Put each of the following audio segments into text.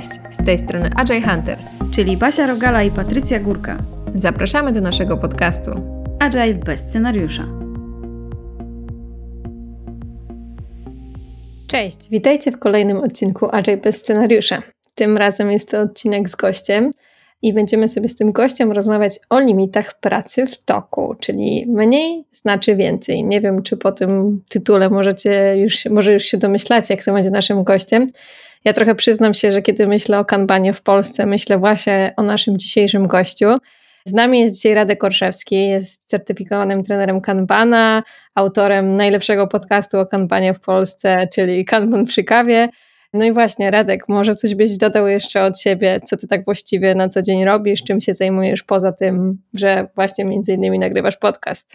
Cześć, z tej strony Agile Hunters, czyli Basia Rogala i Patrycja Górka. Zapraszamy do naszego podcastu Agile bez scenariusza. Cześć, witajcie w kolejnym odcinku Agile bez scenariusza. Tym razem jest to odcinek z gościem i będziemy sobie z tym gościem rozmawiać o limitach pracy w toku, czyli mniej znaczy więcej. Nie wiem, czy po tym tytule może już się domyślacie, kto będzie naszym gościem. Ja trochę przyznam się, że kiedy myślę o Kanbanie w Polsce, myślę właśnie o naszym dzisiejszym gościu. Z nami jest dzisiaj Radek Orszewski, jest certyfikowanym trenerem Kanbana, autorem najlepszego podcastu o Kanbanie w Polsce, czyli Kanban przy kawie. No i właśnie, Radek, może coś byś dodał jeszcze od siebie, co ty tak właściwie na co dzień robisz, czym się zajmujesz poza tym, że właśnie między innymi nagrywasz podcast?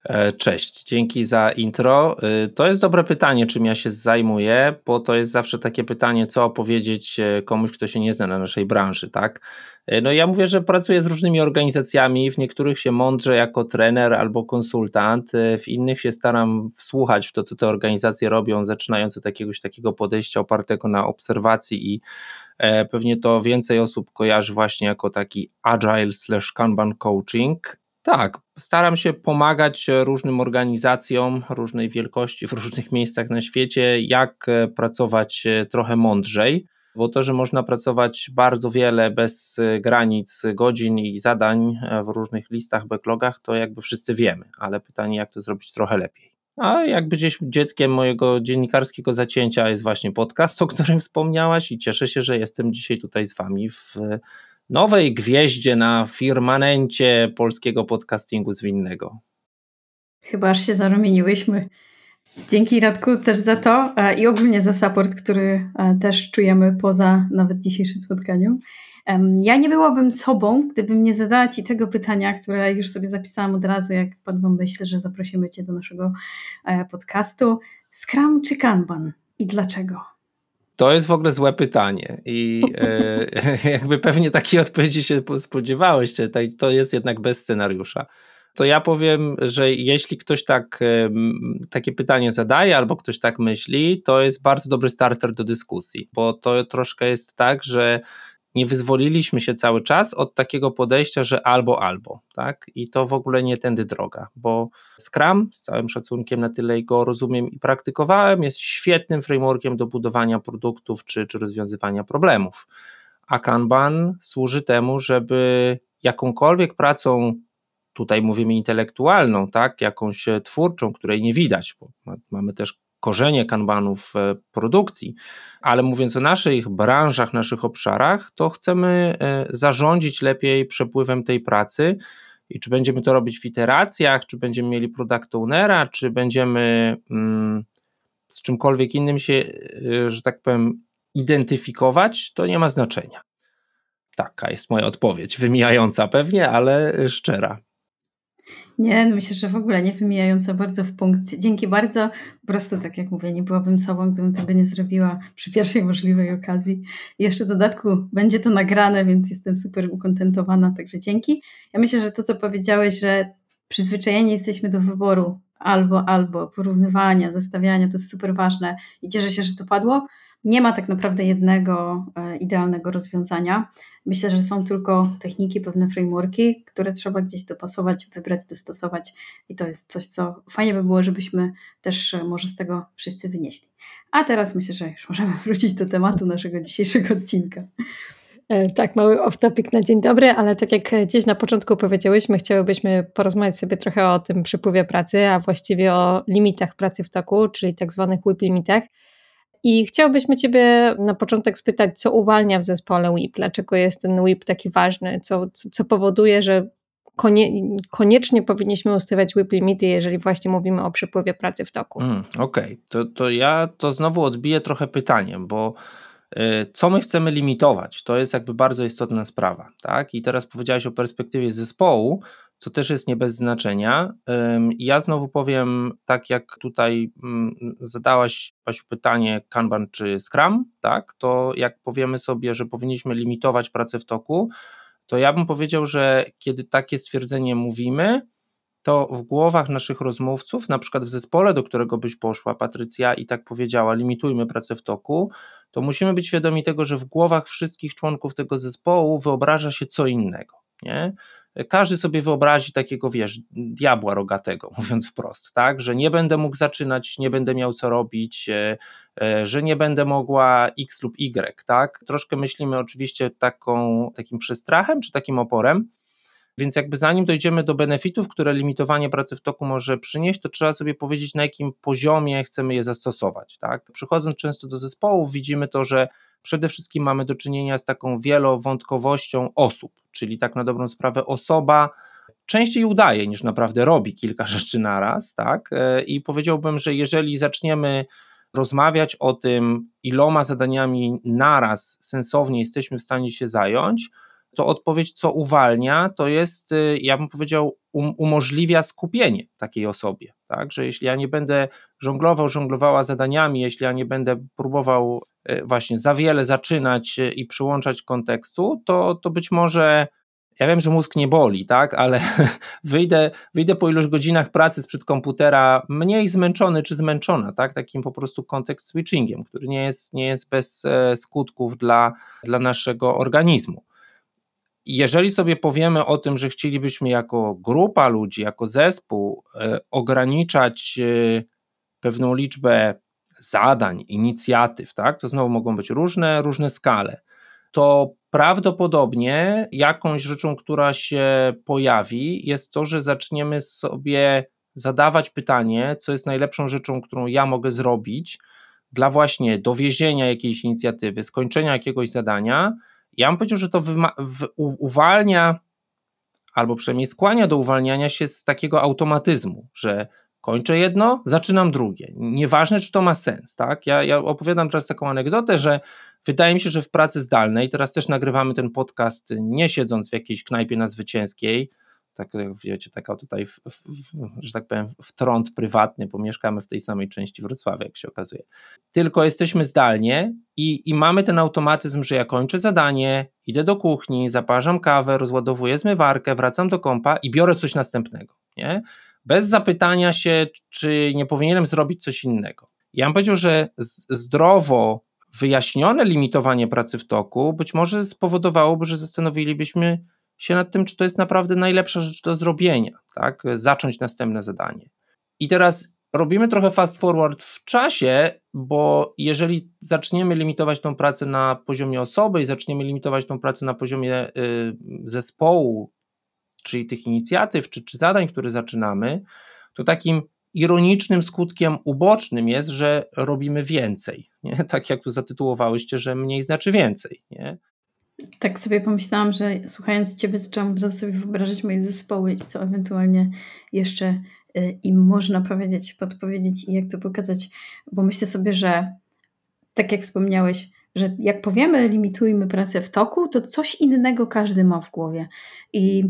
Cześć, dzięki za intro. To jest dobre pytanie, czym ja się zajmuję, bo to jest zawsze takie pytanie, co opowiedzieć komuś, kto się nie zna na naszej branży, tak? No ja mówię, że pracuję z różnymi organizacjami, w niektórych się mądrze jako trener albo konsultant, w innych się staram wsłuchać w to, co te organizacje robią, zaczynając od jakiegoś takiego podejścia opartego na obserwacji i pewnie to więcej osób kojarzy właśnie jako taki agile/kanban coaching. Tak, staram się pomagać różnym organizacjom różnej wielkości w różnych miejscach na świecie, jak pracować trochę mądrzej, bo to, że można pracować bardzo wiele bez granic godzin i zadań w różnych listach, backlogach, to jakby wszyscy wiemy, ale pytanie, jak to zrobić trochę lepiej. A jakby gdzieś dzieckiem mojego dziennikarskiego zacięcia jest właśnie podcast, o którym wspomniałaś i cieszę się, że jestem dzisiaj tutaj z wami w nowej gwieździe na firmamencie polskiego podcastingu zwinnego. Chyba aż się zarumieniłyśmy. Dzięki Radku też za to i ogólnie za support, który też czujemy poza nawet dzisiejszym spotkaniem. Ja nie byłabym sobą, gdybym nie zadała Ci tego pytania, które już sobie zapisałam od razu, jak wpadłam w myśl, że zaprosimy Cię do naszego podcastu. Scrum czy Kanban i dlaczego? To jest w ogóle złe pytanie i jakby pewnie takiej odpowiedzi się spodziewałeś, to jest jednak bez scenariusza. To ja powiem, że jeśli ktoś takie pytanie zadaje albo ktoś tak myśli, to jest bardzo dobry starter do dyskusji, bo to troszkę jest tak, że nie wyzwoliliśmy się cały czas od takiego podejścia, że albo, tak? I to w ogóle nie tędy droga, bo Scrum, z całym szacunkiem na tyle go rozumiem i praktykowałem, jest świetnym frameworkiem do budowania produktów czy rozwiązywania problemów, a Kanban służy temu, żeby jakąkolwiek pracą, tutaj mówimy intelektualną, tak, jakąś twórczą, której nie widać, bo mamy też korzenie kanbanu w produkcji, ale mówiąc o naszych branżach, naszych obszarach, to chcemy zarządzić lepiej przepływem tej pracy i czy będziemy to robić w iteracjach, czy będziemy mieli product ownera, czy będziemy z czymkolwiek innym się, że tak powiem, identyfikować, to nie ma znaczenia. Taka jest moja odpowiedź, wymijająca pewnie, ale szczera. Nie, no myślę, że w ogóle nie wymijająco bardzo w punkt. Dzięki bardzo. Po prostu, tak jak mówię, nie byłabym sobą, gdybym tego nie zrobiła przy pierwszej możliwej okazji. I jeszcze w dodatku będzie to nagrane, więc jestem super ukontentowana, także dzięki. Ja myślę, że to, co powiedziałeś, że przyzwyczajeni jesteśmy do wyboru albo, porównywania, zestawiania, to jest super ważne i cieszę się, że to padło. Nie ma tak naprawdę jednego idealnego rozwiązania. Myślę, że są tylko techniki, pewne frameworki, które trzeba gdzieś dopasować, wybrać, dostosować i to jest coś, co fajnie by było, żebyśmy też może z tego wszyscy wynieśli. A teraz myślę, że już możemy wrócić do tematu naszego dzisiejszego odcinka. Tak, mały off-topic na dzień dobry, ale tak jak gdzieś na początku powiedziałyśmy, chciałybyśmy porozmawiać sobie trochę o tym przepływie pracy, a właściwie o limitach pracy w toku, czyli tak zwanych WIP limitach. I chciałbyśmy Ciebie na początek spytać, co uwalnia w zespole WIP? Dlaczego jest ten WIP taki ważny? Co powoduje, że koniecznie powinniśmy ustawiać WIP limity, jeżeli właśnie mówimy o przepływie pracy w toku? Okej. To ja to znowu odbiję trochę pytaniem, bo co my chcemy limitować? To jest jakby bardzo istotna sprawa, tak? I teraz powiedziałeś o perspektywie zespołu, co też jest nie bez znaczenia. Ja znowu powiem, tak jak tutaj zadałaś, Basiu, pytanie Kanban czy Scrum, tak? To jak powiemy sobie, że powinniśmy limitować pracę w toku, to ja bym powiedział, że kiedy takie stwierdzenie mówimy, to w głowach naszych rozmówców, na przykład w zespole, do którego byś poszła, Patrycja, i tak powiedziała, limitujmy pracę w toku, to musimy być świadomi tego, że w głowach wszystkich członków tego zespołu wyobraża się co innego, nie? Każdy sobie wyobrazi takiego, diabła rogatego, mówiąc wprost, tak, że nie będę mógł zaczynać, nie będę miał co robić, że nie będę mogła X lub Y, tak? Troszkę myślimy oczywiście takim przestrachem czy takim oporem, więc jakby zanim dojdziemy do benefitów, które limitowanie pracy w toku może przynieść, to trzeba sobie powiedzieć, na jakim poziomie chcemy je zastosować, tak? Przychodząc często do zespołów, widzimy to, że przede wszystkim mamy do czynienia z taką wielowątkowością osób, czyli tak na dobrą sprawę osoba częściej udaje niż naprawdę robi kilka rzeczy naraz, tak? I powiedziałbym, że jeżeli zaczniemy rozmawiać o tym, iloma zadaniami naraz sensownie jesteśmy w stanie się zająć, to odpowiedź, co uwalnia, to jest, ja bym powiedział, umożliwia skupienie takiej osobie, tak, że jeśli ja nie będę żonglowała zadaniami, jeśli ja nie będę próbował właśnie za wiele zaczynać i przyłączać kontekstu, to być może, ja wiem, że mózg nie boli, tak, ale wyjdę po iluś godzinach pracy sprzed komputera mniej zmęczony czy zmęczona, tak, takim po prostu kontekst switchingiem, który nie jest bez skutków dla naszego organizmu. Jeżeli sobie powiemy o tym, że chcielibyśmy jako grupa ludzi, jako zespół ograniczać pewną liczbę zadań, inicjatyw, tak, to znowu mogą być różne skale, to prawdopodobnie jakąś rzeczą, która się pojawi, jest to, że zaczniemy sobie zadawać pytanie, co jest najlepszą rzeczą, którą ja mogę zrobić dla właśnie dowiezienia jakiejś inicjatywy, skończenia jakiegoś zadania. Ja bym powiedział, że to uwalnia, albo przynajmniej skłania do uwalniania się z takiego automatyzmu, że kończę jedno, zaczynam drugie. Nieważne, czy to ma sens, tak? Ja opowiadam teraz taką anegdotę, że wydaje mi się, że w pracy zdalnej, teraz też nagrywamy ten podcast nie siedząc w jakiejś knajpie na Zwycięskiej, tak jak wiecie, taka tutaj, że tak powiem, wtrąd prywatny, bo mieszkamy w tej samej części Wrocławia, jak się okazuje. Tylko jesteśmy zdalnie i mamy ten automatyzm, że ja kończę zadanie, idę do kuchni, zaparzam kawę, rozładowuję zmywarkę, wracam do kompa i biorę coś następnego, nie? Bez zapytania się, czy nie powinienem zrobić coś innego. Ja bym powiedział, że zdrowo wyjaśnione limitowanie pracy w toku być może spowodowałoby, że zastanowilibyśmy się nad tym, czy to jest naprawdę najlepsza rzecz do zrobienia, tak? Zacząć następne zadanie. I teraz robimy trochę fast forward w czasie, bo jeżeli zaczniemy limitować tą pracę na poziomie osoby i zaczniemy limitować tą pracę na poziomie zespołu, czyli tych inicjatyw, czy zadań, które zaczynamy, to takim ironicznym skutkiem ubocznym jest, że robimy więcej, nie? Tak jak tu zatytułowałyście, że mniej znaczy więcej, nie? Tak sobie pomyślałam, że słuchając Ciebie zaczęłam od razu sobie wyobrażać moje zespoły i co ewentualnie jeszcze im można powiedzieć, podpowiedzieć i jak to pokazać, bo myślę sobie, że tak jak wspomniałeś, że jak powiemy limitujmy pracę w toku, to coś innego każdy ma w głowie i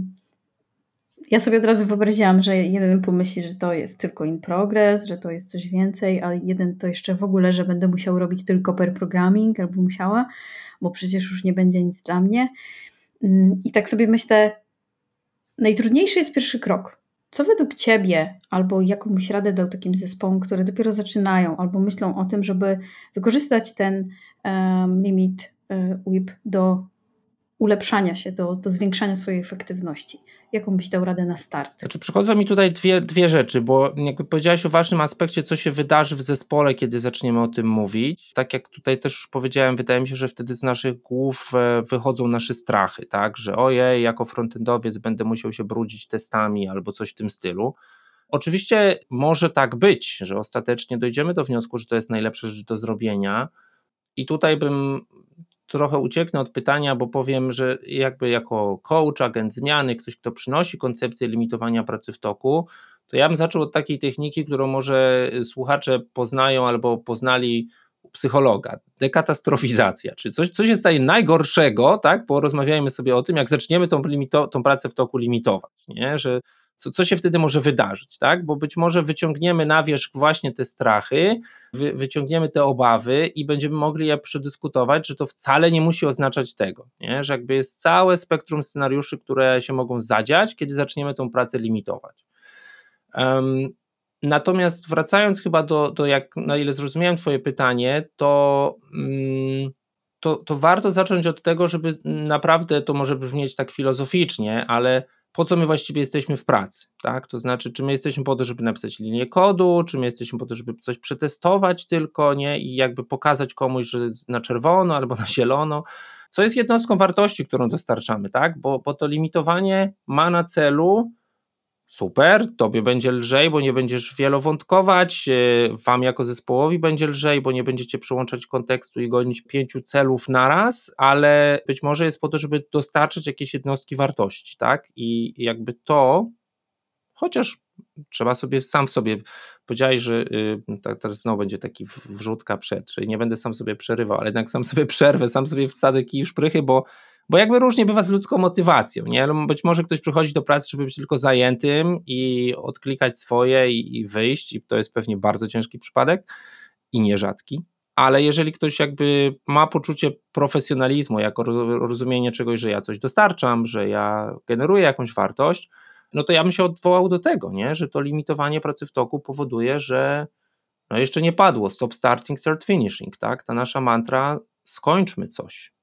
ja sobie od razu wyobraziłam, że jeden pomyśli, że to jest tylko in progress, że to jest coś więcej, a jeden to jeszcze w ogóle, że będę musiał robić tylko pair programming albo musiała, bo przecież już nie będzie nic dla mnie. I tak sobie myślę, najtrudniejszy jest pierwszy krok. Co według Ciebie albo jakąś radę dał takim zespołom, które dopiero zaczynają albo myślą o tym, żeby wykorzystać ten limit WIP do ulepszania się, do zwiększania swojej efektywności? Jaką byś dał radę na start? Znaczy, przychodzą mi tutaj dwie rzeczy, bo jakby powiedziałaś o ważnym aspekcie, co się wydarzy w zespole, kiedy zaczniemy o tym mówić. Tak jak tutaj też już powiedziałem, wydaje mi się, że wtedy z naszych głów wychodzą nasze strachy, tak, że ojej, jako frontendowiec będę musiał się brudzić testami albo coś w tym stylu. Oczywiście może tak być, że ostatecznie dojdziemy do wniosku, że to jest najlepsza rzecz do zrobienia i tutaj bym trochę ucieknę od pytania, bo powiem, że jakby jako coach, agent zmiany, ktoś, kto przynosi koncepcję limitowania pracy w toku, to ja bym zaczął od takiej techniki, którą może słuchacze poznają albo poznali u psychologa. Dekatastrofizacja, czyli coś się staje najgorszego, tak? Porozmawiajmy sobie o tym, jak zaczniemy tą pracę w toku limitować, nie? Że co się wtedy może wydarzyć, tak? Bo być może wyciągniemy na wierzch właśnie te strachy, wyciągniemy te obawy i będziemy mogli je przedyskutować, że to wcale nie musi oznaczać tego, nie? Że jakby jest całe spektrum scenariuszy, które się mogą zadziać, kiedy zaczniemy tą pracę limitować. Natomiast wracając chyba do jak na ile zrozumiałem twoje pytanie, to warto zacząć od tego, żeby naprawdę, to może brzmieć tak filozoficznie, ale po co my właściwie jesteśmy w pracy, tak? To znaczy, czy my jesteśmy po to, żeby napisać linię kodu, czy my jesteśmy po to, żeby coś przetestować tylko, nie? I jakby pokazać komuś, że na czerwono albo na zielono, co jest jednostką wartości, którą dostarczamy, tak? Bo to limitowanie ma na celu, super, tobie będzie lżej, bo nie będziesz wielowątkować, wam jako zespołowi będzie lżej, bo nie będziecie przełączać kontekstu i gonić 5 celów naraz, ale być może jest po to, żeby dostarczyć jakieś jednostki wartości, tak? I jakby to, chociaż trzeba sobie sam w sobie, powiedziałeś, że teraz znowu będzie taki wrzutka przed, że nie będę sam sobie przerywał, ale jednak sam sobie przerwę, sam sobie wsadzę kij w szprychy, bo jakby różnie bywa z ludzką motywacją, nie? Być może ktoś przychodzi do pracy, żeby być tylko zajętym i odklikać swoje i wyjść, i to jest pewnie bardzo ciężki przypadek i nierzadki, ale jeżeli ktoś jakby ma poczucie profesjonalizmu, jako rozumienie czegoś, że ja coś dostarczam, że ja generuję jakąś wartość, no to ja bym się odwołał do tego, nie? Że to limitowanie pracy w toku powoduje, że no jeszcze nie padło stop starting, start finishing, tak? Ta nasza mantra, skończmy coś.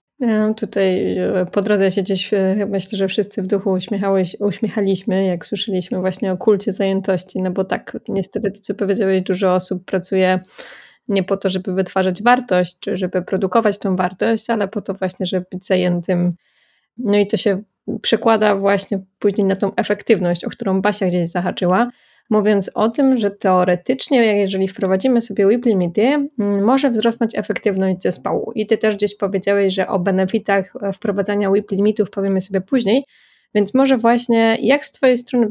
Tutaj po drodze się gdzieś, myślę, że wszyscy w duchu uśmiechaliśmy, jak słyszeliśmy właśnie o kulcie zajętości, no bo tak, niestety to, co powiedziałeś, dużo osób pracuje nie po to, żeby wytwarzać wartość, czy żeby produkować tą wartość, ale po to właśnie, żeby być zajętym. No i to się przekłada właśnie później na tą efektywność, o którą Basia gdzieś zahaczyła, mówiąc o tym, że teoretycznie, jeżeli wprowadzimy sobie WIP limity, może wzrosnąć efektywność zespołu. I ty też gdzieś powiedziałeś, że o benefitach wprowadzania WIP limitów powiemy sobie później, więc może właśnie jak z twojej strony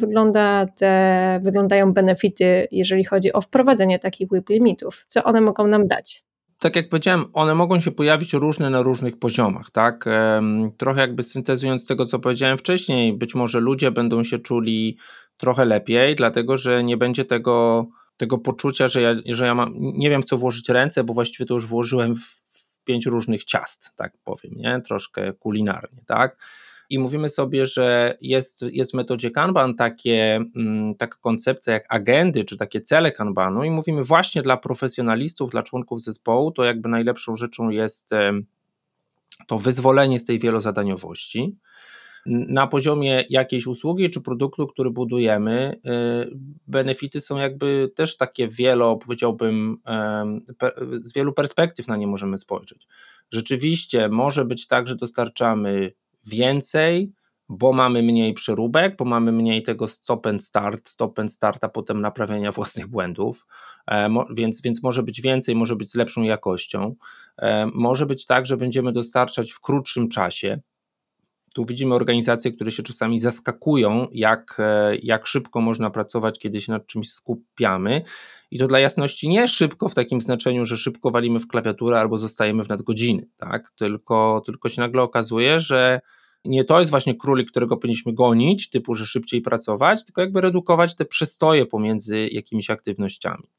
wyglądają benefity, jeżeli chodzi o wprowadzenie takich WIP limitów? Co one mogą nam dać? Tak jak powiedziałem, one mogą się pojawić różne na różnych poziomach, tak? Trochę jakby syntezując tego, co powiedziałem wcześniej, być może ludzie będą się czuli trochę lepiej, dlatego że nie będzie tego poczucia, że ja nie wiem, w co włożyć ręce, bo właściwie to już włożyłem w 5 różnych ciast, tak powiem, nie? Troszkę kulinarnie, tak? I mówimy sobie, że jest w metodzie Kanban taka koncepcja jak agendy, czy takie cele Kanbanu, i mówimy właśnie dla profesjonalistów, dla członków zespołu, to jakby najlepszą rzeczą jest to wyzwolenie z tej wielozadaniowości. Na poziomie jakiejś usługi czy produktu, który budujemy, benefity są jakby też takie powiedziałbym, z wielu perspektyw na nie możemy spojrzeć. Rzeczywiście może być tak, że dostarczamy więcej, bo mamy mniej przeróbek, bo mamy mniej tego stop and start, a potem naprawiania własnych błędów, więc może być więcej, może być z lepszą jakością. Może być tak, że będziemy dostarczać w krótszym czasie. Tu widzimy organizacje, które się czasami zaskakują, jak szybko można pracować, kiedy się nad czymś skupiamy. I to dla jasności nie szybko w takim znaczeniu, że szybko walimy w klawiaturę albo zostajemy w nadgodziny, tak? Tylko się nagle okazuje, że nie to jest właśnie królik, którego powinniśmy gonić, typu, że szybciej pracować, tylko jakby redukować te przestoje pomiędzy jakimiś aktywnościami.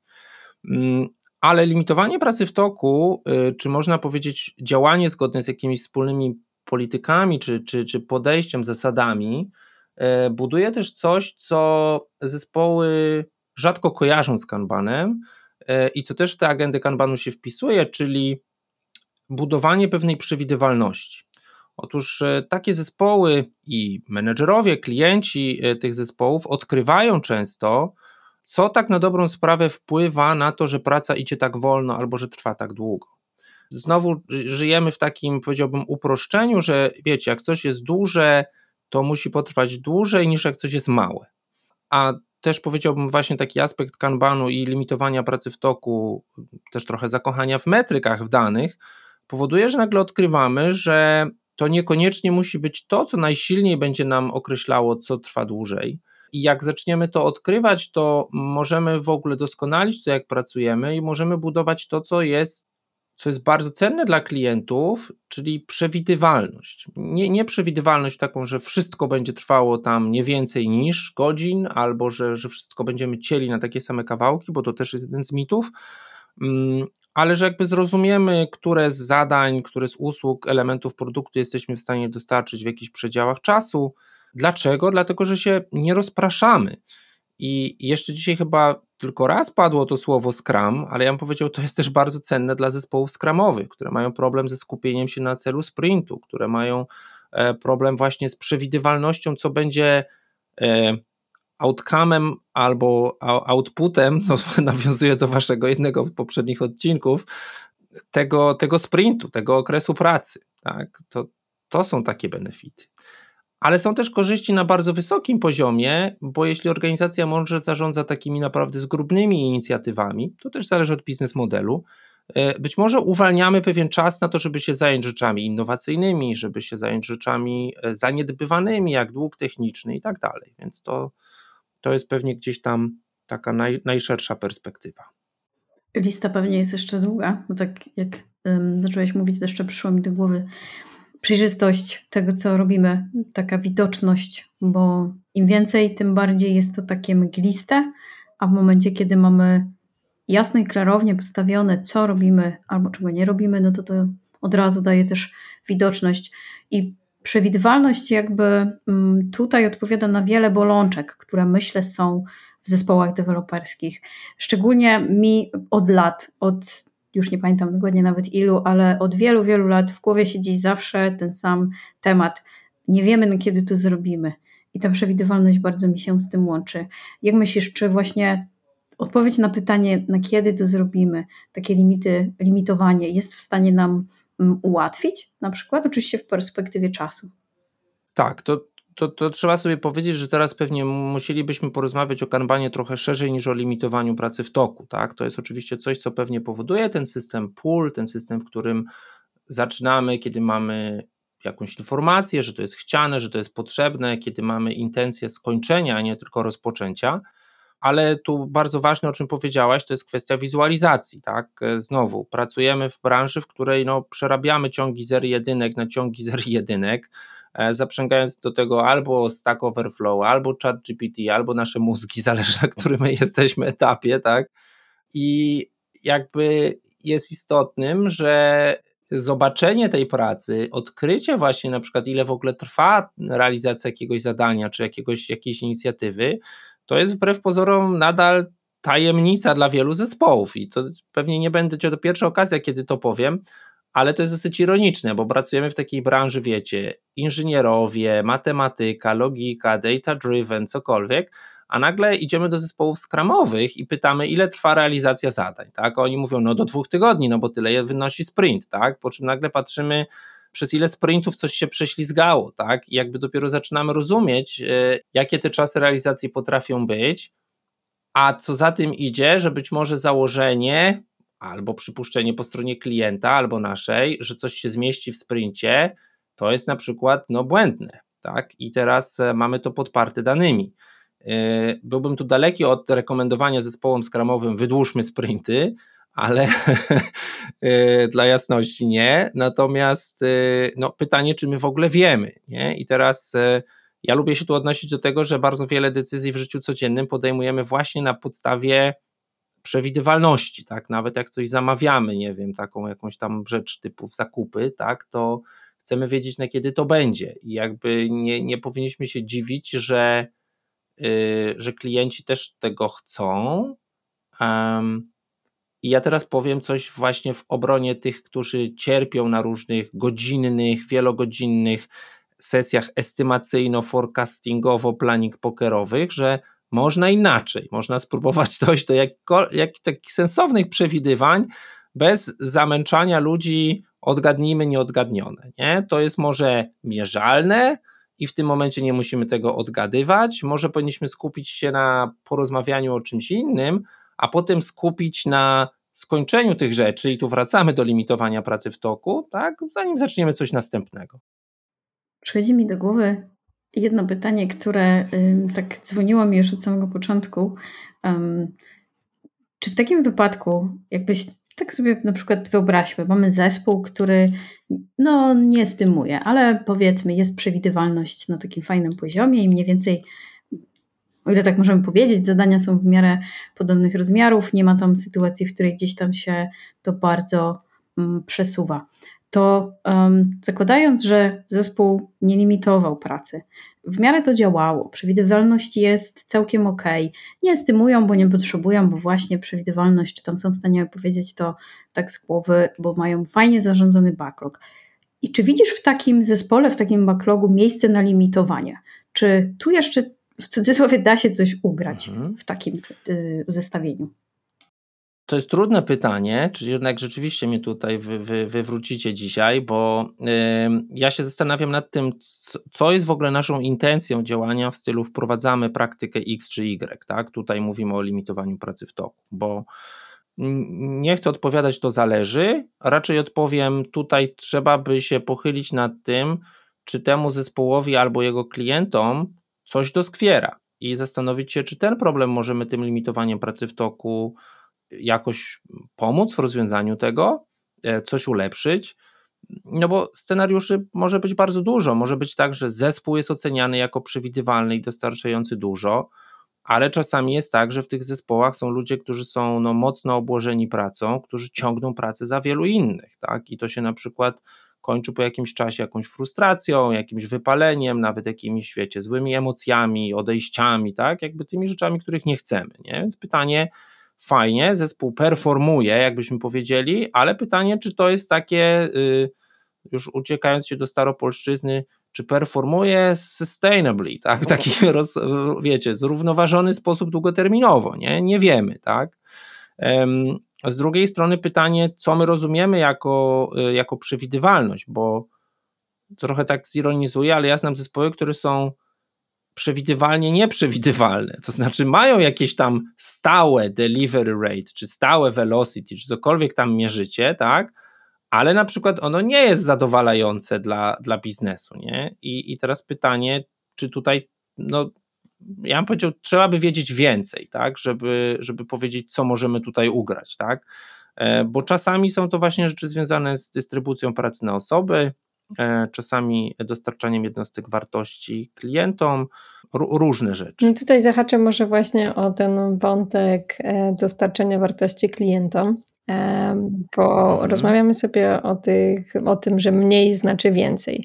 Ale limitowanie pracy w toku, czy można powiedzieć działanie zgodne z jakimiś wspólnymi politykami, czy podejściem, zasadami, buduje też coś, co zespoły rzadko kojarzą z Kanbanem i co też w te agendy Kanbanu się wpisuje, czyli budowanie pewnej przewidywalności. Otóż takie zespoły i menedżerowie, klienci tych zespołów odkrywają często, co tak na dobrą sprawę wpływa na to, że praca idzie tak wolno albo że trwa tak długo. Znowu żyjemy w takim, powiedziałbym, uproszczeniu, że wiecie, jak coś jest duże, to musi potrwać dłużej niż jak coś jest małe. A też powiedziałbym właśnie taki aspekt Kanbanu i limitowania pracy w toku, też trochę zakochania w metrykach, w danych, powoduje, że nagle odkrywamy, że to niekoniecznie musi być to, co najsilniej będzie nam określało, co trwa dłużej. I jak zaczniemy to odkrywać, to możemy w ogóle doskonalić to, jak pracujemy, i możemy budować to, co jest bardzo cenne dla klientów, czyli przewidywalność. Nie przewidywalność taką, że wszystko będzie trwało tam nie więcej niż godzin, albo że wszystko będziemy cieli na takie same kawałki, bo to też jest jeden z mitów, ale że jakby zrozumiemy, które z zadań, które z usług, elementów produktu jesteśmy w stanie dostarczyć w jakichś przedziałach czasu. Dlaczego? Dlatego, że się nie rozpraszamy. I jeszcze dzisiaj chyba tylko raz padło to słowo Scrum, ale ja bym powiedział, to jest też bardzo cenne dla zespołów scrumowych, które mają problem ze skupieniem się na celu sprintu, które mają problem właśnie z przewidywalnością, co będzie outcome'em albo outputem, to nawiązuje do waszego jednego z poprzednich odcinków, tego sprintu, tego okresu pracy. Tak? To są takie benefity. Ale są też korzyści na bardzo wysokim poziomie, bo jeśli organizacja mądrze zarządza takimi naprawdę zgrubnymi inicjatywami, to też zależy od biznes modelu, być może uwalniamy pewien czas na to, żeby się zająć rzeczami innowacyjnymi, żeby się zająć rzeczami zaniedbywanymi, jak dług techniczny i tak dalej. Więc to jest pewnie gdzieś tam taka najszersza perspektywa. Lista pewnie jest jeszcze długa, bo tak jak zacząłeś mówić, to jeszcze przyszło mi do głowy przejrzystość tego, co robimy, taka widoczność, bo im więcej, tym bardziej jest to takie mgliste, a w momencie, kiedy mamy jasno i klarownie postawione, co robimy albo czego nie robimy, no to od razu daje też widoczność i przewidywalność jakby tutaj odpowiada na wiele bolączek, które myślę są w zespołach deweloperskich. Szczególnie mi od lat, już nie pamiętam dokładnie nawet ilu, ale od wielu, wielu lat w głowie siedzi zawsze ten sam temat. Nie wiemy, kiedy to zrobimy. I ta przewidywalność bardzo mi się z tym łączy. Jak myślisz, czy właśnie odpowiedź na pytanie, na kiedy to zrobimy, takie limitowanie jest w stanie nam ułatwić? Na przykład oczywiście w perspektywie czasu. Tak, to trzeba sobie powiedzieć, że teraz pewnie musielibyśmy porozmawiać o kanbanie trochę szerzej niż o limitowaniu pracy w toku. Tak? To jest oczywiście coś, co pewnie powoduje ten system pull, ten system, w którym zaczynamy, kiedy mamy jakąś informację, że to jest chciane, że to jest potrzebne, kiedy mamy intencję skończenia, a nie tylko rozpoczęcia. Ale tu bardzo ważne, o czym powiedziałaś, to jest kwestia wizualizacji. Tak? Znowu, pracujemy w branży, w której przerabiamy ciągi zer jedynek na ciągi zer jedynek, zaprzęgając do tego albo Stack Overflow, albo ChatGPT, albo nasze mózgi, zależy na którym my jesteśmy etapie, tak? I jakby jest istotnym, że zobaczenie tej pracy, odkrycie właśnie na przykład ile w ogóle trwa realizacja jakiegoś zadania, czy jakiejś inicjatywy, to jest wbrew pozorom nadal tajemnica dla wielu zespołów i to pewnie nie będzie to pierwsza okazja, kiedy to powiem, ale to jest dosyć ironiczne, bo pracujemy w takiej branży, wiecie, inżynierowie, matematyka, logika, data driven, cokolwiek, a nagle idziemy do zespołów scrumowych i pytamy, ile trwa realizacja zadań, tak? A oni mówią, do 2 tygodni, bo tyle wynosi sprint, tak? Po czym nagle patrzymy, przez ile sprintów coś się prześlizgało, tak? I jakby dopiero zaczynamy rozumieć, jakie te czasy realizacji potrafią być, a co za tym idzie, że być może założenie albo przypuszczenie po stronie klienta albo naszej, że coś się zmieści w sprincie, to jest na przykład błędne, tak? I teraz mamy to podparte danymi. Byłbym tu daleki od rekomendowania zespołom scrumowym wydłużmy sprinty, ale dla jasności nie. Natomiast pytanie, czy my w ogóle wiemy, nie? I teraz ja lubię się tu odnosić do tego, że bardzo wiele decyzji w życiu codziennym podejmujemy właśnie na podstawie przewidywalności, tak? Nawet jak coś zamawiamy, nie wiem, taką jakąś tam rzecz typu zakupy, tak? To chcemy wiedzieć, na kiedy to będzie i jakby nie powinniśmy się dziwić, że klienci też tego chcą. I ja teraz powiem coś właśnie w obronie tych, którzy cierpią na różnych godzinnych, wielogodzinnych sesjach estymacyjno-forecastingowo, planning pokerowych, że można inaczej, można spróbować dojść do takich sensownych przewidywań bez zamęczania ludzi odgadnijmy nieodgadnione. Nie? To jest może mierzalne i w tym momencie nie musimy tego odgadywać, może powinniśmy skupić się na porozmawianiu o czymś innym, a potem skupić na skończeniu tych rzeczy i tu wracamy do limitowania pracy w toku, tak, zanim zaczniemy coś następnego. Przychodzi mi do głowy jedno pytanie, które tak dzwoniło mi już od samego początku. Czy w takim wypadku, jakbyś tak sobie na przykład wyobraźmy, mamy zespół, który nie stymuje, ale powiedzmy jest przewidywalność na takim fajnym poziomie i mniej więcej, o ile tak możemy powiedzieć, zadania są w miarę podobnych rozmiarów, nie ma tam sytuacji, w której gdzieś tam się to bardzo przesuwa. to zakładając, że zespół nie limitował pracy, w miarę to działało, przewidywalność jest całkiem okej. Nie estymują, bo nie potrzebują, bo właśnie przewidywalność, czy tam są w stanie powiedzieć to tak z głowy, bo mają fajnie zarządzany backlog. I czy widzisz w takim zespole, w takim backlogu miejsce na limitowanie? Czy tu jeszcze w cudzysłowie da się coś ugrać w takim zestawieniu? To jest trudne pytanie, czy jednak rzeczywiście mnie tutaj wywrócicie dzisiaj, bo ja się zastanawiam nad tym, co jest w ogóle naszą intencją działania w stylu wprowadzamy praktykę X czy Y, tak? Tutaj mówimy o limitowaniu pracy w toku, bo nie chcę odpowiadać, to zależy, a raczej odpowiem, tutaj trzeba by się pochylić nad tym, czy temu zespołowi albo jego klientom coś doskwiera i zastanowić się, czy ten problem możemy tym limitowaniem pracy w toku jakoś pomóc w rozwiązaniu tego, coś ulepszyć, no bo scenariuszy może być bardzo dużo, może być tak, że zespół jest oceniany jako przewidywalny i dostarczający dużo, ale czasami jest tak, że w tych zespołach są ludzie, którzy są mocno obłożeni pracą, którzy ciągną pracę za wielu innych, tak? I to się na przykład kończy po jakimś czasie jakąś frustracją, jakimś wypaleniem, nawet jakimiś, wiecie, złymi emocjami, odejściami, tak? Jakby tymi rzeczami, których nie chcemy, nie? Więc pytanie, fajnie, zespół performuje, jakbyśmy powiedzieli, ale pytanie, czy to jest takie, już uciekając się do staropolszczyzny, czy performuje sustainably, tak? W taki, wiecie, zrównoważony sposób długoterminowo, nie wiemy, tak? Z drugiej strony pytanie, co my rozumiemy jako przewidywalność, bo trochę tak zironizuję, ale ja znam zespoły, które są przewidywalnie nieprzewidywalne, to znaczy mają jakieś tam stałe delivery rate, czy stałe velocity, czy cokolwiek tam mierzycie, tak? Ale na przykład ono nie jest zadowalające dla biznesu, nie? I teraz pytanie, czy tutaj, ja bym powiedział, trzeba by wiedzieć więcej, tak? Żeby powiedzieć, co możemy tutaj ugrać, tak? Bo czasami są to właśnie rzeczy związane z dystrybucją pracy na osoby, czasami dostarczaniem jednostek wartości klientom, różne rzeczy. Tutaj zahaczę może właśnie o ten wątek dostarczenia wartości klientom, bo rozmawiamy sobie o tym, że mniej znaczy więcej.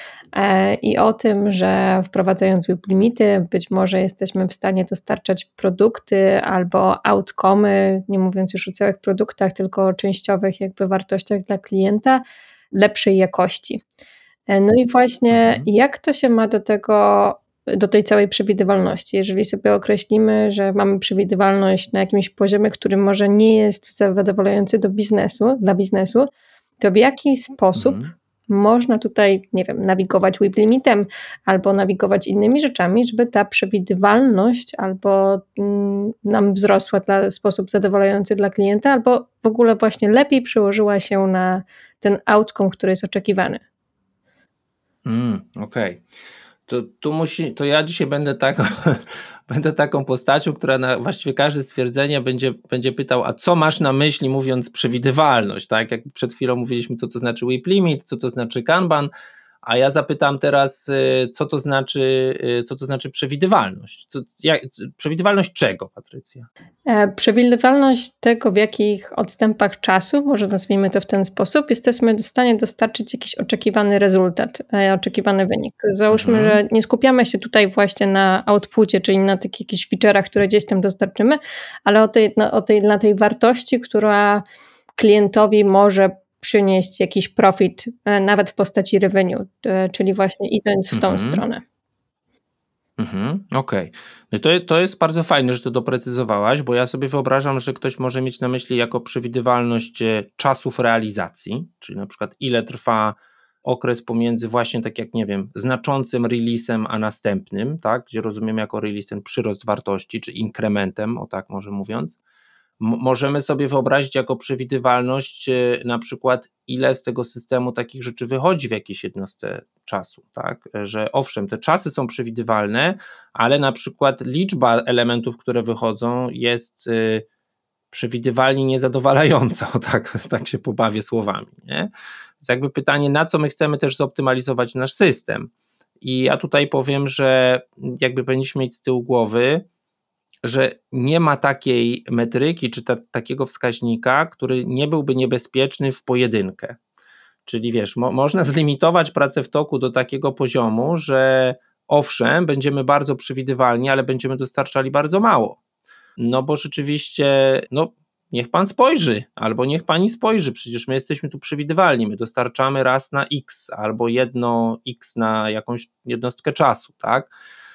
I o tym, że wprowadzając WIP limity, być może jesteśmy w stanie dostarczać produkty albo outcome'y, nie mówiąc już o całych produktach, tylko o częściowych jakby wartościach dla klienta, lepszej jakości. No i właśnie jak to się ma do tej całej przewidywalności? Jeżeli sobie określimy, że mamy przewidywalność na jakimś poziomie, który może nie jest zadowalający dla biznesu, to w jaki sposób można tutaj, nie wiem, nawigować WIP limitem albo nawigować innymi rzeczami, żeby ta przewidywalność albo nam wzrosła w sposób zadowalający dla klienta, albo w ogóle właśnie lepiej przełożyła się na ten outcome, który jest oczekiwany. Okej. To ja dzisiaj będę taką postacią, która na właściwie każde stwierdzenie będzie pytał, a co masz na myśli mówiąc przewidywalność, tak? Jak przed chwilą mówiliśmy, co to znaczy WIP limit, co to znaczy Kanban, a ja zapytam teraz, co to znaczy przewidywalność. Przewidywalność czego, Patrycja? Przewidywalność tego, w jakich odstępach czasu, może nazwijmy to w ten sposób, jesteśmy w stanie dostarczyć jakiś oczekiwany rezultat, oczekiwany wynik. Załóżmy, że nie skupiamy się tutaj właśnie na outpucie, czyli na takich jakichś feature'ach, które gdzieś tam dostarczymy, ale na tej wartości, która klientowi może przynieść jakiś profit, nawet w postaci revenue, czyli właśnie idąc w tą stronę. Okej. No to jest bardzo fajne, że to doprecyzowałaś, bo ja sobie wyobrażam, że ktoś może mieć na myśli jako przewidywalność czasów realizacji, czyli na przykład ile trwa okres pomiędzy właśnie tak jak, nie wiem, znaczącym release'em a następnym, tak, gdzie rozumiemy jako release ten przyrost wartości, czy inkrementem, o tak może mówiąc. Możemy sobie wyobrazić jako przewidywalność na przykład ile z tego systemu takich rzeczy wychodzi w jakiejś jednostce czasu, tak? Że owszem, te czasy są przewidywalne, ale na przykład liczba elementów, które wychodzą jest przewidywalnie niezadowalająca, tak się pobawię słowami, nie? Więc jakby pytanie, na co my chcemy też zoptymalizować nasz system? I ja tutaj powiem, że jakby powinniśmy mieć z tyłu głowy, że nie ma takiej metryki czy takiego wskaźnika, który nie byłby niebezpieczny w pojedynkę. Czyli wiesz, można zlimitować pracę w toku do takiego poziomu, że owszem, będziemy bardzo przewidywalni, ale będziemy dostarczali bardzo mało. No bo rzeczywiście, niech pan spojrzy, albo niech pani spojrzy, przecież my jesteśmy tu przewidywalni, my dostarczamy raz na X, albo jedno X na jakąś jednostkę czasu, tak?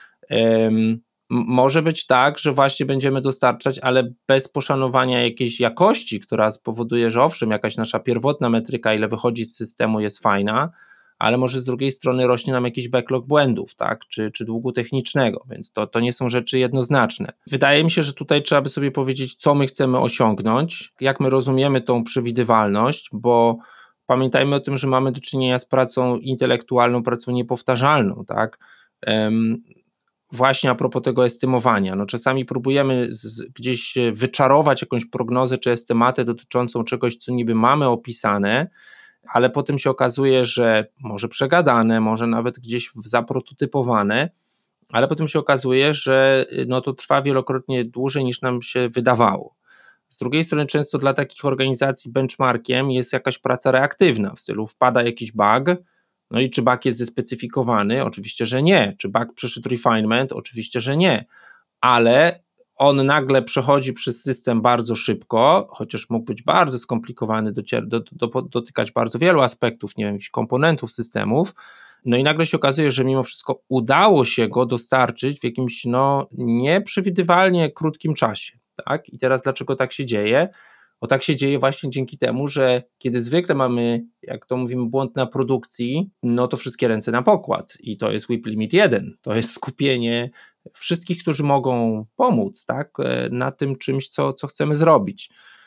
Może być tak, że właśnie będziemy dostarczać, ale bez poszanowania jakiejś jakości, która spowoduje, że owszem, jakaś nasza pierwotna metryka, ile wychodzi z systemu, jest fajna, ale może z drugiej strony rośnie nam jakiś backlog błędów, tak? czy długu technicznego, więc to nie są rzeczy jednoznaczne. Wydaje mi się, że tutaj trzeba by sobie powiedzieć, co my chcemy osiągnąć, jak my rozumiemy tą przewidywalność, bo pamiętajmy o tym, że mamy do czynienia z pracą intelektualną, pracą niepowtarzalną, tak? Właśnie a propos tego estymowania, czasami próbujemy gdzieś wyczarować jakąś prognozę czy estymatę dotyczącą czegoś, co niby mamy opisane, ale potem się okazuje, że może przegadane, może nawet gdzieś zaprototypowane, ale potem się okazuje, że to trwa wielokrotnie dłużej niż nam się wydawało. Z drugiej strony często dla takich organizacji benchmarkiem jest jakaś praca reaktywna, w stylu wpada jakiś bug, i czy bug jest zespecyfikowany? Oczywiście, że nie. Czy bug przeszedł refinement? Oczywiście, że nie. Ale on nagle przechodzi przez system bardzo szybko, chociaż mógł być bardzo skomplikowany, dotykać bardzo wielu aspektów, nie wiem, jakichś komponentów systemów, i nagle się okazuje, że mimo wszystko udało się go dostarczyć w jakimś nieprzewidywalnie krótkim czasie. Tak? I teraz dlaczego tak się dzieje? Tak się dzieje właśnie dzięki temu, że kiedy zwykle mamy, jak to mówimy, błąd na produkcji, to wszystkie ręce na pokład i to jest WIP Limit 1, to jest skupienie wszystkich, którzy mogą pomóc, tak, na tym czymś, co chcemy zrobić.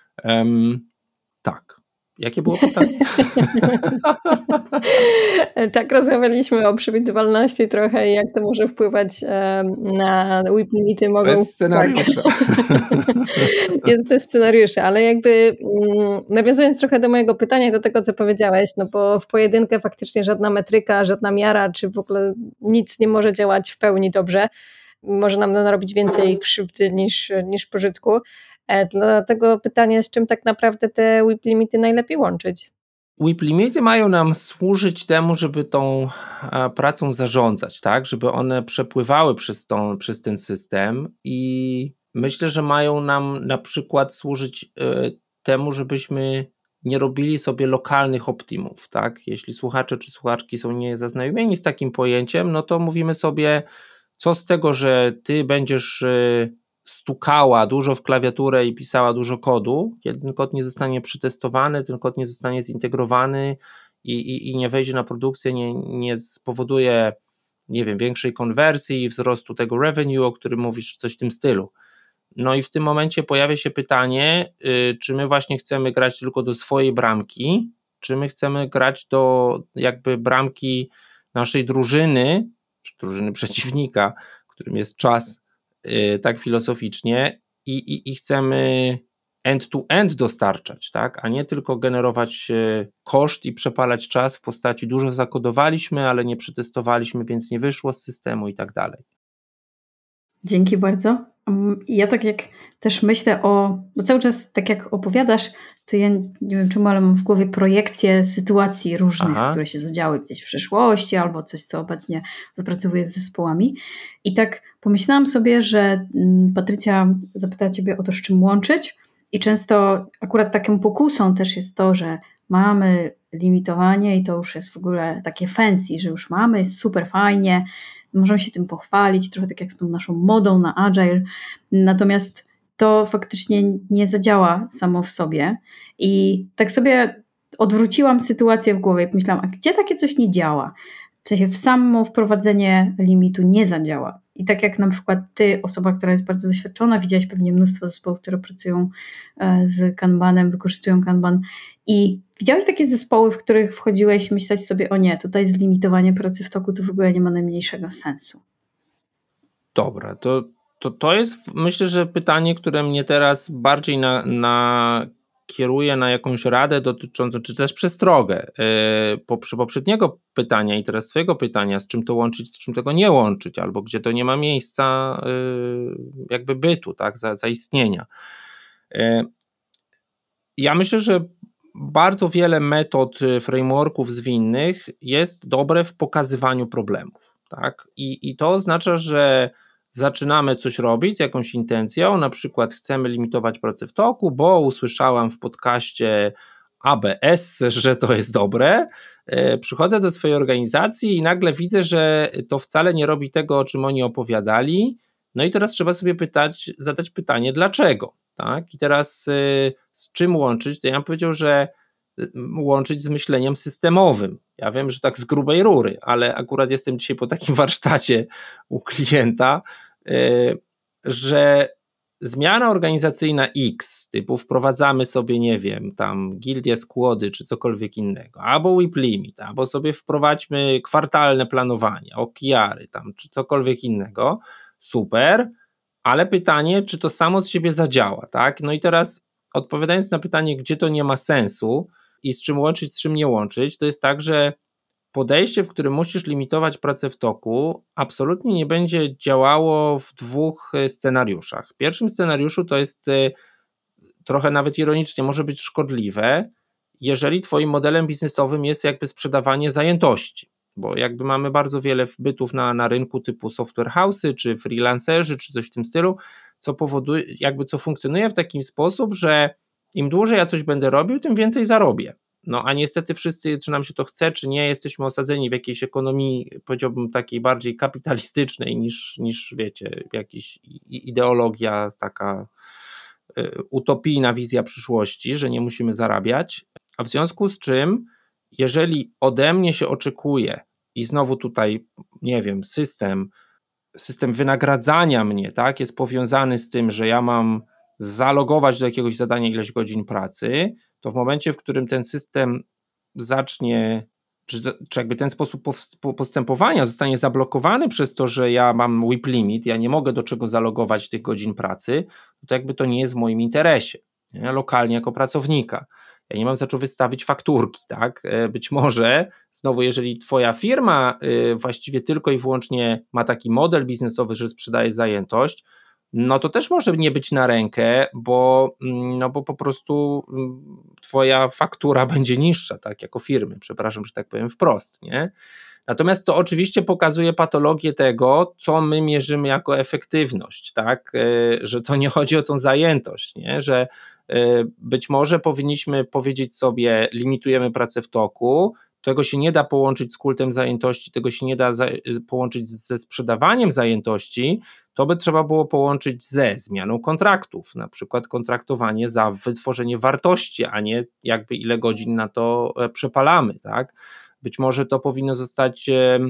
Tak. Jakie było pytanie? Tak, rozmawialiśmy o przewidywalności trochę i jak to może wpływać na WIP limity. Bez scenariusza. Jest bez scenariusza, ale jakby nawiązując trochę do mojego pytania i do tego, co powiedziałeś, bo w pojedynkę faktycznie żadna metryka, żadna miara, czy w ogóle nic nie może działać w pełni dobrze. Może nam narobić więcej krzywdy niż pożytku. Dlatego pytanie, z czym tak naprawdę te WIP limity najlepiej łączyć? WIP limity mają nam służyć temu, żeby tą pracą zarządzać, tak, żeby one przepływały przez ten system i myślę, że mają nam na przykład służyć temu, żebyśmy nie robili sobie lokalnych optimów, tak, jeśli słuchacze czy słuchaczki są niezaznajomieni z takim pojęciem, to mówimy sobie, co z tego, że ty będziesz stukała dużo w klawiaturę i pisała dużo kodu, kiedy ten kod nie zostanie przetestowany, ten kod nie zostanie zintegrowany i nie wejdzie na produkcję, nie spowoduje, nie wiem, większej konwersji, wzrostu tego revenue, o którym mówisz, coś w tym stylu. I w tym momencie pojawia się pytanie, czy my właśnie chcemy grać tylko do swojej bramki, czy my chcemy grać do jakby bramki naszej drużyny, czy drużyny przeciwnika, którym jest czas, tak filozoficznie i chcemy end-to-end dostarczać, tak, a nie tylko generować koszt i przepalać czas w postaci dużo zakodowaliśmy, ale nie przetestowaliśmy, więc nie wyszło z systemu i tak dalej. Dzięki bardzo. Ja tak jak też myślę bo cały czas tak jak opowiadasz, to ja nie wiem czemu, ale mam w głowie projekcje sytuacji różnych, które się zadziały gdzieś w przeszłości albo coś, co obecnie wypracowuję z zespołami. I tak pomyślałam sobie, że Patrycja zapytała Ciebie o to, z czym łączyć i często akurat taką pokusą też jest to, że mamy limitowanie i to już jest w ogóle takie fancy, że już mamy, jest super fajnie, możemy się tym pochwalić, trochę tak jak z tą naszą modą na agile, natomiast to faktycznie nie zadziała samo w sobie i tak sobie odwróciłam sytuację w głowie i pomyślałam, a gdzie takie coś nie działa? W sensie samo wprowadzenie limitu nie zadziała. I tak jak na przykład ty, osoba, która jest bardzo doświadczona, widziałaś pewnie mnóstwo zespołów, które pracują z Kanbanem, wykorzystują Kanban i widziałeś takie zespoły, w których wchodziłeś i myśleć sobie, o nie, tutaj zlimitowanie pracy w toku to w ogóle nie ma najmniejszego sensu. Dobra, to jest myślę, że pytanie, które mnie teraz bardziej kieruje na jakąś radę dotyczącą, czy też przestrogę poprzedniego pytania i teraz twojego pytania, z czym to łączyć, z czym tego nie łączyć, albo gdzie to nie ma miejsca jakby bytu, tak, zaistnienia. Ja myślę, że bardzo wiele metod, frameworków zwinnych jest dobre w pokazywaniu problemów, tak? I to oznacza, że zaczynamy coś robić z jakąś intencją, na przykład chcemy limitować pracę w toku, bo usłyszałam w podcaście ABS, że to jest dobre. Przychodzę do swojej organizacji i nagle widzę, że to wcale nie robi tego, o czym oni opowiadali. No i teraz trzeba sobie zadać pytanie, dlaczego? Tak? I teraz z czym łączyć? To ja bym powiedział, że łączyć z myśleniem systemowym. Ja wiem, że tak z grubej rury, ale akurat jestem dzisiaj po takim warsztacie u klienta, że zmiana organizacyjna X, typu wprowadzamy sobie, nie wiem, tam gildie, składy czy cokolwiek innego, albo WIP limit, albo sobie wprowadźmy kwartalne planowanie, OKR-y tam, czy cokolwiek innego, super, ale pytanie, czy to samo z siebie zadziała, tak? No i teraz odpowiadając na pytanie, gdzie to nie ma sensu i z czym łączyć, z czym nie łączyć, to jest tak, że podejście, w którym musisz limitować pracę w toku, absolutnie nie będzie działało w dwóch scenariuszach. W pierwszym scenariuszu to jest trochę nawet ironicznie, może być szkodliwe, jeżeli twoim modelem biznesowym jest jakby sprzedawanie zajętości, bo jakby mamy bardzo wiele bytów na rynku typu software house'y, czy freelancerzy, czy coś w tym stylu, co powoduje, jakby co funkcjonuje w taki sposób, że im dłużej ja coś będę robił, tym więcej zarobię. No a niestety wszyscy, czy nam się to chce, czy nie, jesteśmy osadzeni w jakiejś ekonomii, powiedziałbym takiej bardziej kapitalistycznej niż wiecie, jakaś ideologia taka utopijna wizja przyszłości, że nie musimy zarabiać, a w związku z czym, jeżeli ode mnie się oczekuje i znowu tutaj, nie wiem, system wynagradzania mnie, tak, jest powiązany z tym, że ja mam zalogować do jakiegoś zadania ileś godzin pracy, to w momencie, w którym ten system zacznie, czy jakby ten sposób postępowania zostanie zablokowany przez to, że ja mam WIP limit, ja nie mogę do czego zalogować tych godzin pracy, to jakby to nie jest w moim interesie, nie? Lokalnie jako pracownika. Ja nie mam za co wystawić fakturki, tak? Być może, znowu, jeżeli twoja firma właściwie tylko i wyłącznie ma taki model biznesowy, że sprzedaje zajętość, no to też może nie być na rękę, bo po prostu twoja faktura będzie niższa, tak, jako firmy, przepraszam, że tak powiem wprost, nie? Natomiast to oczywiście pokazuje patologię tego, co my mierzymy jako efektywność, tak, że to nie chodzi o tą zajętość, nie? Że być może powinniśmy powiedzieć sobie, limitujemy pracę w toku, tego się nie da połączyć z kultem zajętości, tego się nie da połączyć ze sprzedawaniem zajętości, to by trzeba było połączyć ze zmianą kontraktów, na przykład kontraktowanie za wytworzenie wartości, a nie jakby ile godzin na to przepalamy, tak? Być może to powinno zostać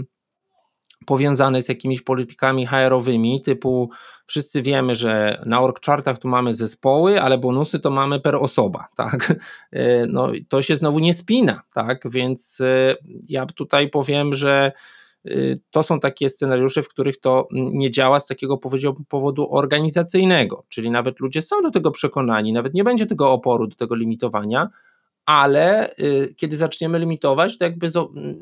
powiązane z jakimiś politykami HR-owymi, typu wszyscy wiemy, że na org chartach tu mamy zespoły, ale bonusy to mamy per osoba, tak? No to się znowu nie spina, tak? Więc ja tutaj powiem, że to są takie scenariusze, w których to nie działa z takiego powodu organizacyjnego, czyli nawet ludzie są do tego przekonani, nawet nie będzie tego oporu do tego limitowania, ale kiedy zaczniemy limitować, to jakby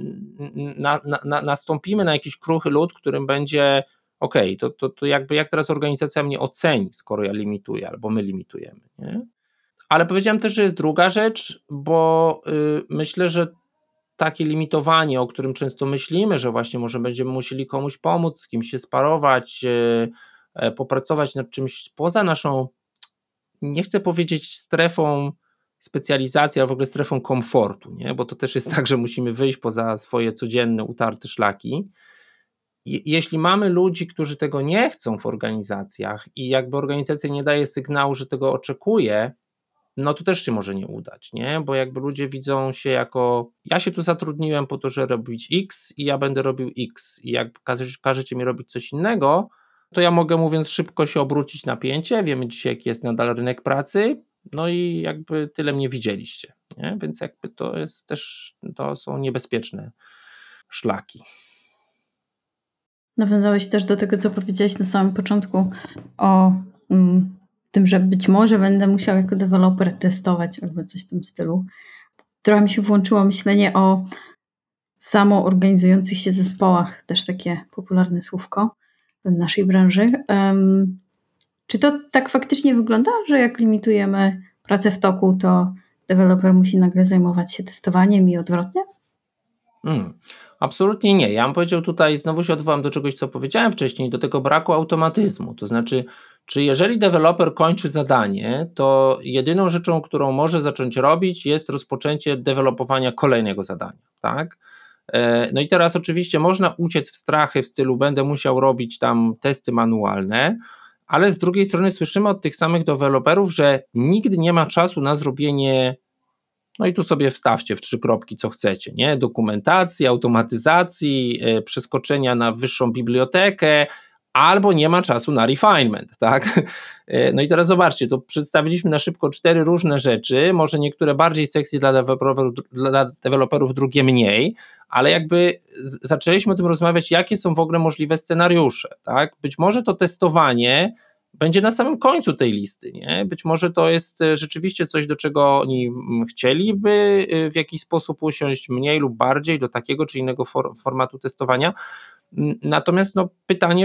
nastąpimy na jakiś kruchy lód, którym będzie to jakby jak teraz organizacja mnie oceni, skoro ja limituję albo my limitujemy, nie? Ale powiedziałem też, że jest druga rzecz, bo myślę, że takie limitowanie, o którym często myślimy, że właśnie może będziemy musieli komuś pomóc, z kimś się sparować, popracować nad czymś poza naszą, nie chcę powiedzieć strefą specjalizacji, ale w ogóle strefą komfortu, nie? Bo to też jest tak, że musimy wyjść poza swoje codzienne utarte szlaki. Jeśli mamy ludzi, którzy tego nie chcą w organizacjach i jakby organizacja nie daje sygnału, że tego oczekuje, no to też się może nie udać, nie? Bo jakby ludzie widzą się jako, ja się tu zatrudniłem po to, żeby robić X i ja będę robił X i jak każecie mi robić coś innego, to ja mogę, mówiąc szybko, się obrócić na pięcie, wiemy dzisiaj jaki jest nadal rynek pracy, no i jakby tyle mnie widzieliście, nie? Więc jakby to jest też, to są niebezpieczne szlaki. Nawiązałeś też do tego, co powiedziałeś na samym początku o tym, że być może będę musiał jako deweloper testować albo coś w tym stylu. Trochę mi się włączyło myślenie o samoorganizujących się zespołach, też takie popularne słówko w naszej branży. Czy to tak faktycznie wygląda, że jak limitujemy pracę w toku, to deweloper musi nagle zajmować się testowaniem i odwrotnie? Absolutnie nie. Ja bym powiedział tutaj, znowu się odwołam do czegoś, co powiedziałem wcześniej, do tego braku automatyzmu. To znaczy, czy jeżeli deweloper kończy zadanie, to jedyną rzeczą, którą może zacząć robić, jest rozpoczęcie dewelopowania kolejnego zadania, tak? No i teraz oczywiście można uciec w strachy w stylu będę musiał robić tam testy manualne, ale z drugiej strony słyszymy od tych samych deweloperów, że nigdy nie ma czasu na zrobienie, no i tu sobie wstawcie w 3 kropki, co chcecie, nie? Dokumentacji, automatyzacji, przeskoczenia na wyższą bibliotekę, albo nie ma czasu na refinement, tak? No i teraz zobaczcie, to przedstawiliśmy na szybko 4 różne rzeczy, może niektóre bardziej sexy dla deweloperów, drugie mniej, ale jakby zaczęliśmy o tym rozmawiać, jakie są w ogóle możliwe scenariusze, tak? Być może to testowanie będzie na samym końcu tej listy, nie? Być może to jest rzeczywiście coś, do czego oni chcieliby w jakiś sposób usiąść mniej lub bardziej do takiego czy innego formatu testowania. Natomiast no, pytanie,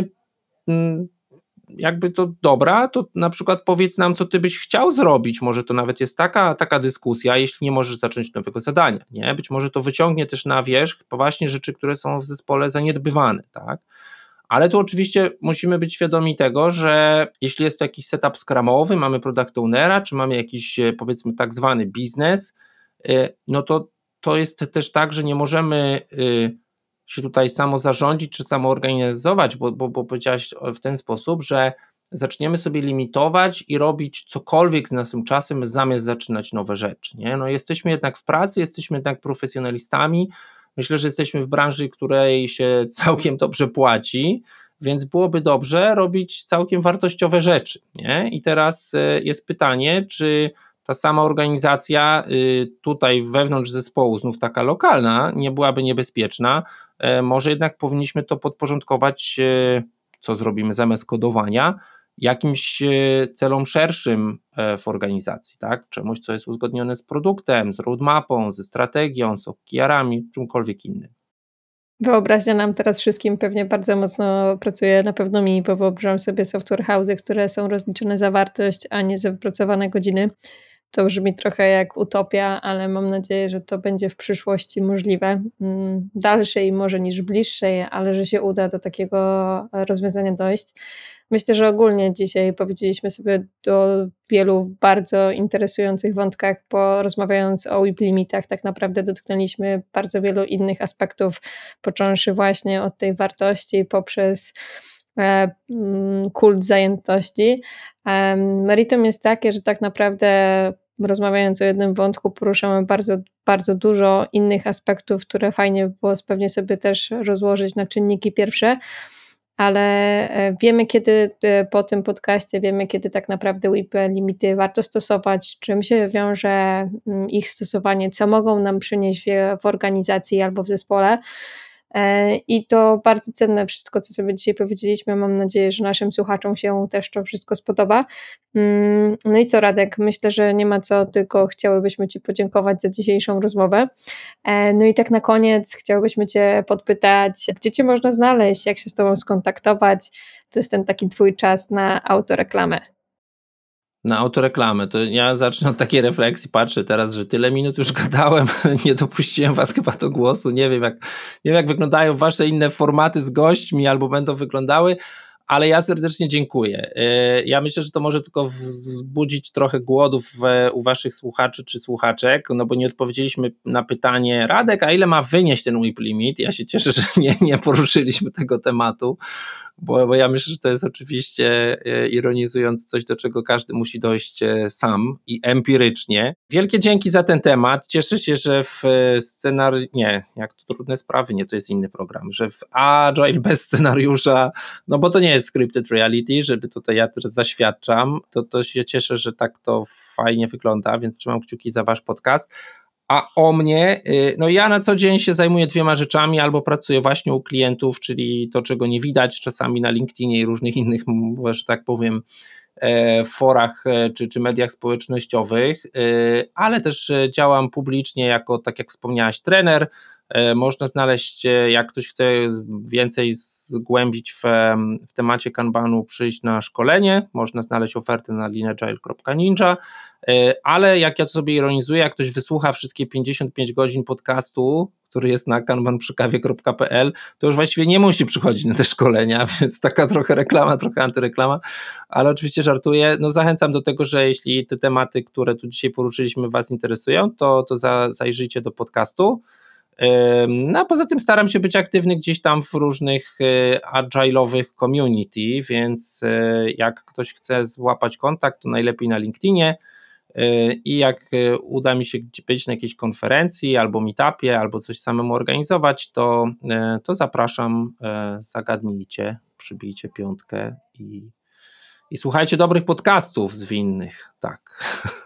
jakby to dobra, to na przykład powiedz nam, co ty byś chciał zrobić, może to nawet jest taka dyskusja, jeśli nie możesz zacząć nowego zadania, nie? Być może to wyciągnie też na wierzch właśnie rzeczy, które są w zespole zaniedbywane, tak? Ale tu oczywiście musimy być świadomi tego, że jeśli jest to jakiś setup scrumowy, mamy product ownera, czy mamy jakiś powiedzmy tak zwany biznes, no to jest też tak, że nie możemy się tutaj samo zarządzić, czy samo organizować, bo powiedziałaś w ten sposób, że zaczniemy sobie limitować i robić cokolwiek z naszym czasem, zamiast zaczynać nowe rzeczy, nie? No jesteśmy jednak w pracy, jesteśmy jednak profesjonalistami. Myślę, że jesteśmy w branży, której się całkiem dobrze płaci, więc byłoby dobrze robić całkiem wartościowe rzeczy, nie? I teraz jest pytanie, czy ta sama organizacja tutaj wewnątrz zespołu, znów taka lokalna, nie byłaby niebezpieczna. Może jednak powinniśmy to podporządkować, co zrobimy zamiast kodowania, jakimś celom szerszym w organizacji, tak? Czemuś, co jest uzgodnione z produktem, z roadmapą, ze strategią, z OKR-ami, czymkolwiek innym. Wyobraźnia nam teraz wszystkim pewnie bardzo mocno pracuje, na pewno mi, bo wyobrażam sobie software house'y, które są rozliczone za wartość, a nie za wypracowane godziny. To brzmi trochę jak utopia, ale mam nadzieję, że to będzie w przyszłości możliwe. Dalszej może niż bliższej, ale że się uda do takiego rozwiązania dojść. Myślę, że ogólnie dzisiaj powiedzieliśmy sobie o wielu bardzo interesujących wątkach, bo rozmawiając o WIP limitach tak naprawdę dotknęliśmy bardzo wielu innych aspektów, począwszy właśnie od tej wartości poprzez kult zajętości. Meritum jest takie, że tak naprawdę rozmawiając o jednym wątku poruszamy bardzo, bardzo dużo innych aspektów, które fajnie było pewnie sobie też rozłożyć na czynniki pierwsze, ale wiemy kiedy po tym podcaście, wiemy kiedy tak naprawdę WIP limity warto stosować, czym się wiąże ich stosowanie, co mogą nam przynieść w organizacji albo w zespole. I to bardzo cenne wszystko, co sobie dzisiaj powiedzieliśmy. Mam nadzieję, że naszym słuchaczom się też to wszystko spodoba. No i co, Radek? Myślę, że nie ma co, tylko chciałybyśmy Ci podziękować za dzisiejszą rozmowę. No i tak na koniec chciałybyśmy Cię podpytać, gdzie Cię można znaleźć, jak się z Tobą skontaktować, to jest ten taki Twój czas na autoreklamę. Na autoreklamę, to ja zacznę od takiej refleksji, patrzę teraz, że tyle minut już gadałem, nie dopuściłem was chyba do głosu, nie wiem jak wyglądają wasze inne formaty z gośćmi albo będą wyglądały, ale ja serdecznie dziękuję. Ja myślę, że to może tylko wzbudzić trochę głodów u waszych słuchaczy czy słuchaczek, no bo nie odpowiedzieliśmy na pytanie, Radek, a ile ma wynieść ten WIP limit? Ja się cieszę, że nie poruszyliśmy tego tematu, bo ja myślę, że to jest oczywiście, ironizując, coś, do czego każdy musi dojść sam i empirycznie. Wielkie dzięki za ten temat. Cieszę się, że w jak to trudne sprawy, to jest inny program, że w Agile bez scenariusza, no bo to nie jest scripted reality, żeby tutaj ja teraz zaświadczam, to się cieszę, że tak to fajnie wygląda, więc trzymam kciuki za wasz podcast. A o mnie, no ja na co dzień się zajmuję 2 rzeczami, albo pracuję właśnie u klientów, czyli to, czego nie widać czasami na LinkedInie i różnych innych, że tak powiem, w forach czy mediach społecznościowych, ale też działam publicznie jako, tak jak wspomniałaś, trener. Można znaleźć, jak ktoś chce więcej zgłębić w temacie Kanbanu, przyjść na szkolenie, można znaleźć ofertę na leanagile.ninja, ale jak ja to sobie ironizuję, jak ktoś wysłucha wszystkie 55 godzin podcastu, który jest na kanbanprzykawie.pl, to już właściwie nie musi przychodzić na te szkolenia, więc taka trochę reklama, trochę antyreklama, ale oczywiście żartuję. No zachęcam do tego, że jeśli te tematy, które tu dzisiaj poruszyliśmy, Was interesują, to zajrzyjcie do podcastu. No a poza tym staram się być aktywny gdzieś tam w różnych agile'owych community, więc jak ktoś chce złapać kontakt, to najlepiej na LinkedInie i jak uda mi się być na jakiejś konferencji albo meetupie, albo coś samemu organizować, to zapraszam, zagadnijcie, przybijcie piątkę i słuchajcie dobrych podcastów zwinnych, tak.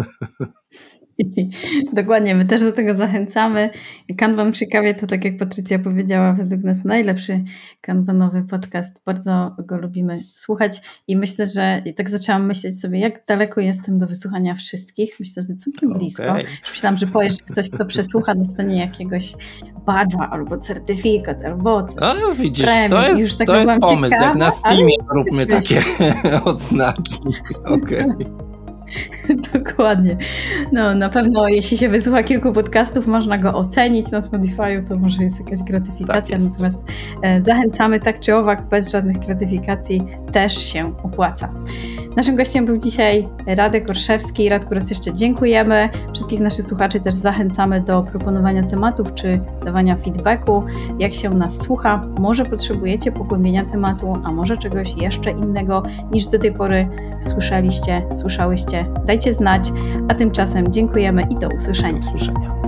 Dokładnie, my też do tego zachęcamy. Kanban przy kawie to, tak jak Patrycja powiedziała, według nas najlepszy kanbanowy podcast. Bardzo go lubimy słuchać i myślę, że tak zaczęłam myśleć sobie, jak daleko jestem do wysłuchania wszystkich. Myślę, że całkiem blisko. Myślałam, że powiesz, że ktoś, kto przesłucha, dostanie jakiegoś badża albo certyfikat, albo coś. No widzisz, premium. to jest pomysł. Ciekawa, jak na Steamie róbmy takie odznaki. Okej. Dokładnie. No na pewno jeśli się wysłucha kilku podcastów, można go ocenić na Spotify'u, to może jest jakaś gratyfikacja, Tak jest. Natomiast zachęcamy tak czy owak, bez żadnych gratyfikacji też się opłaca. Naszym gościem był dzisiaj Radek Orszewski. Radku, raz jeszcze dziękujemy. Wszystkich naszych słuchaczy też zachęcamy do proponowania tematów czy dawania feedbacku, jak się nas słucha. Może potrzebujecie pogłębienia tematu, a może czegoś jeszcze innego niż do tej pory słyszałyście. Dajcie znać, a tymczasem dziękujemy i do usłyszenia.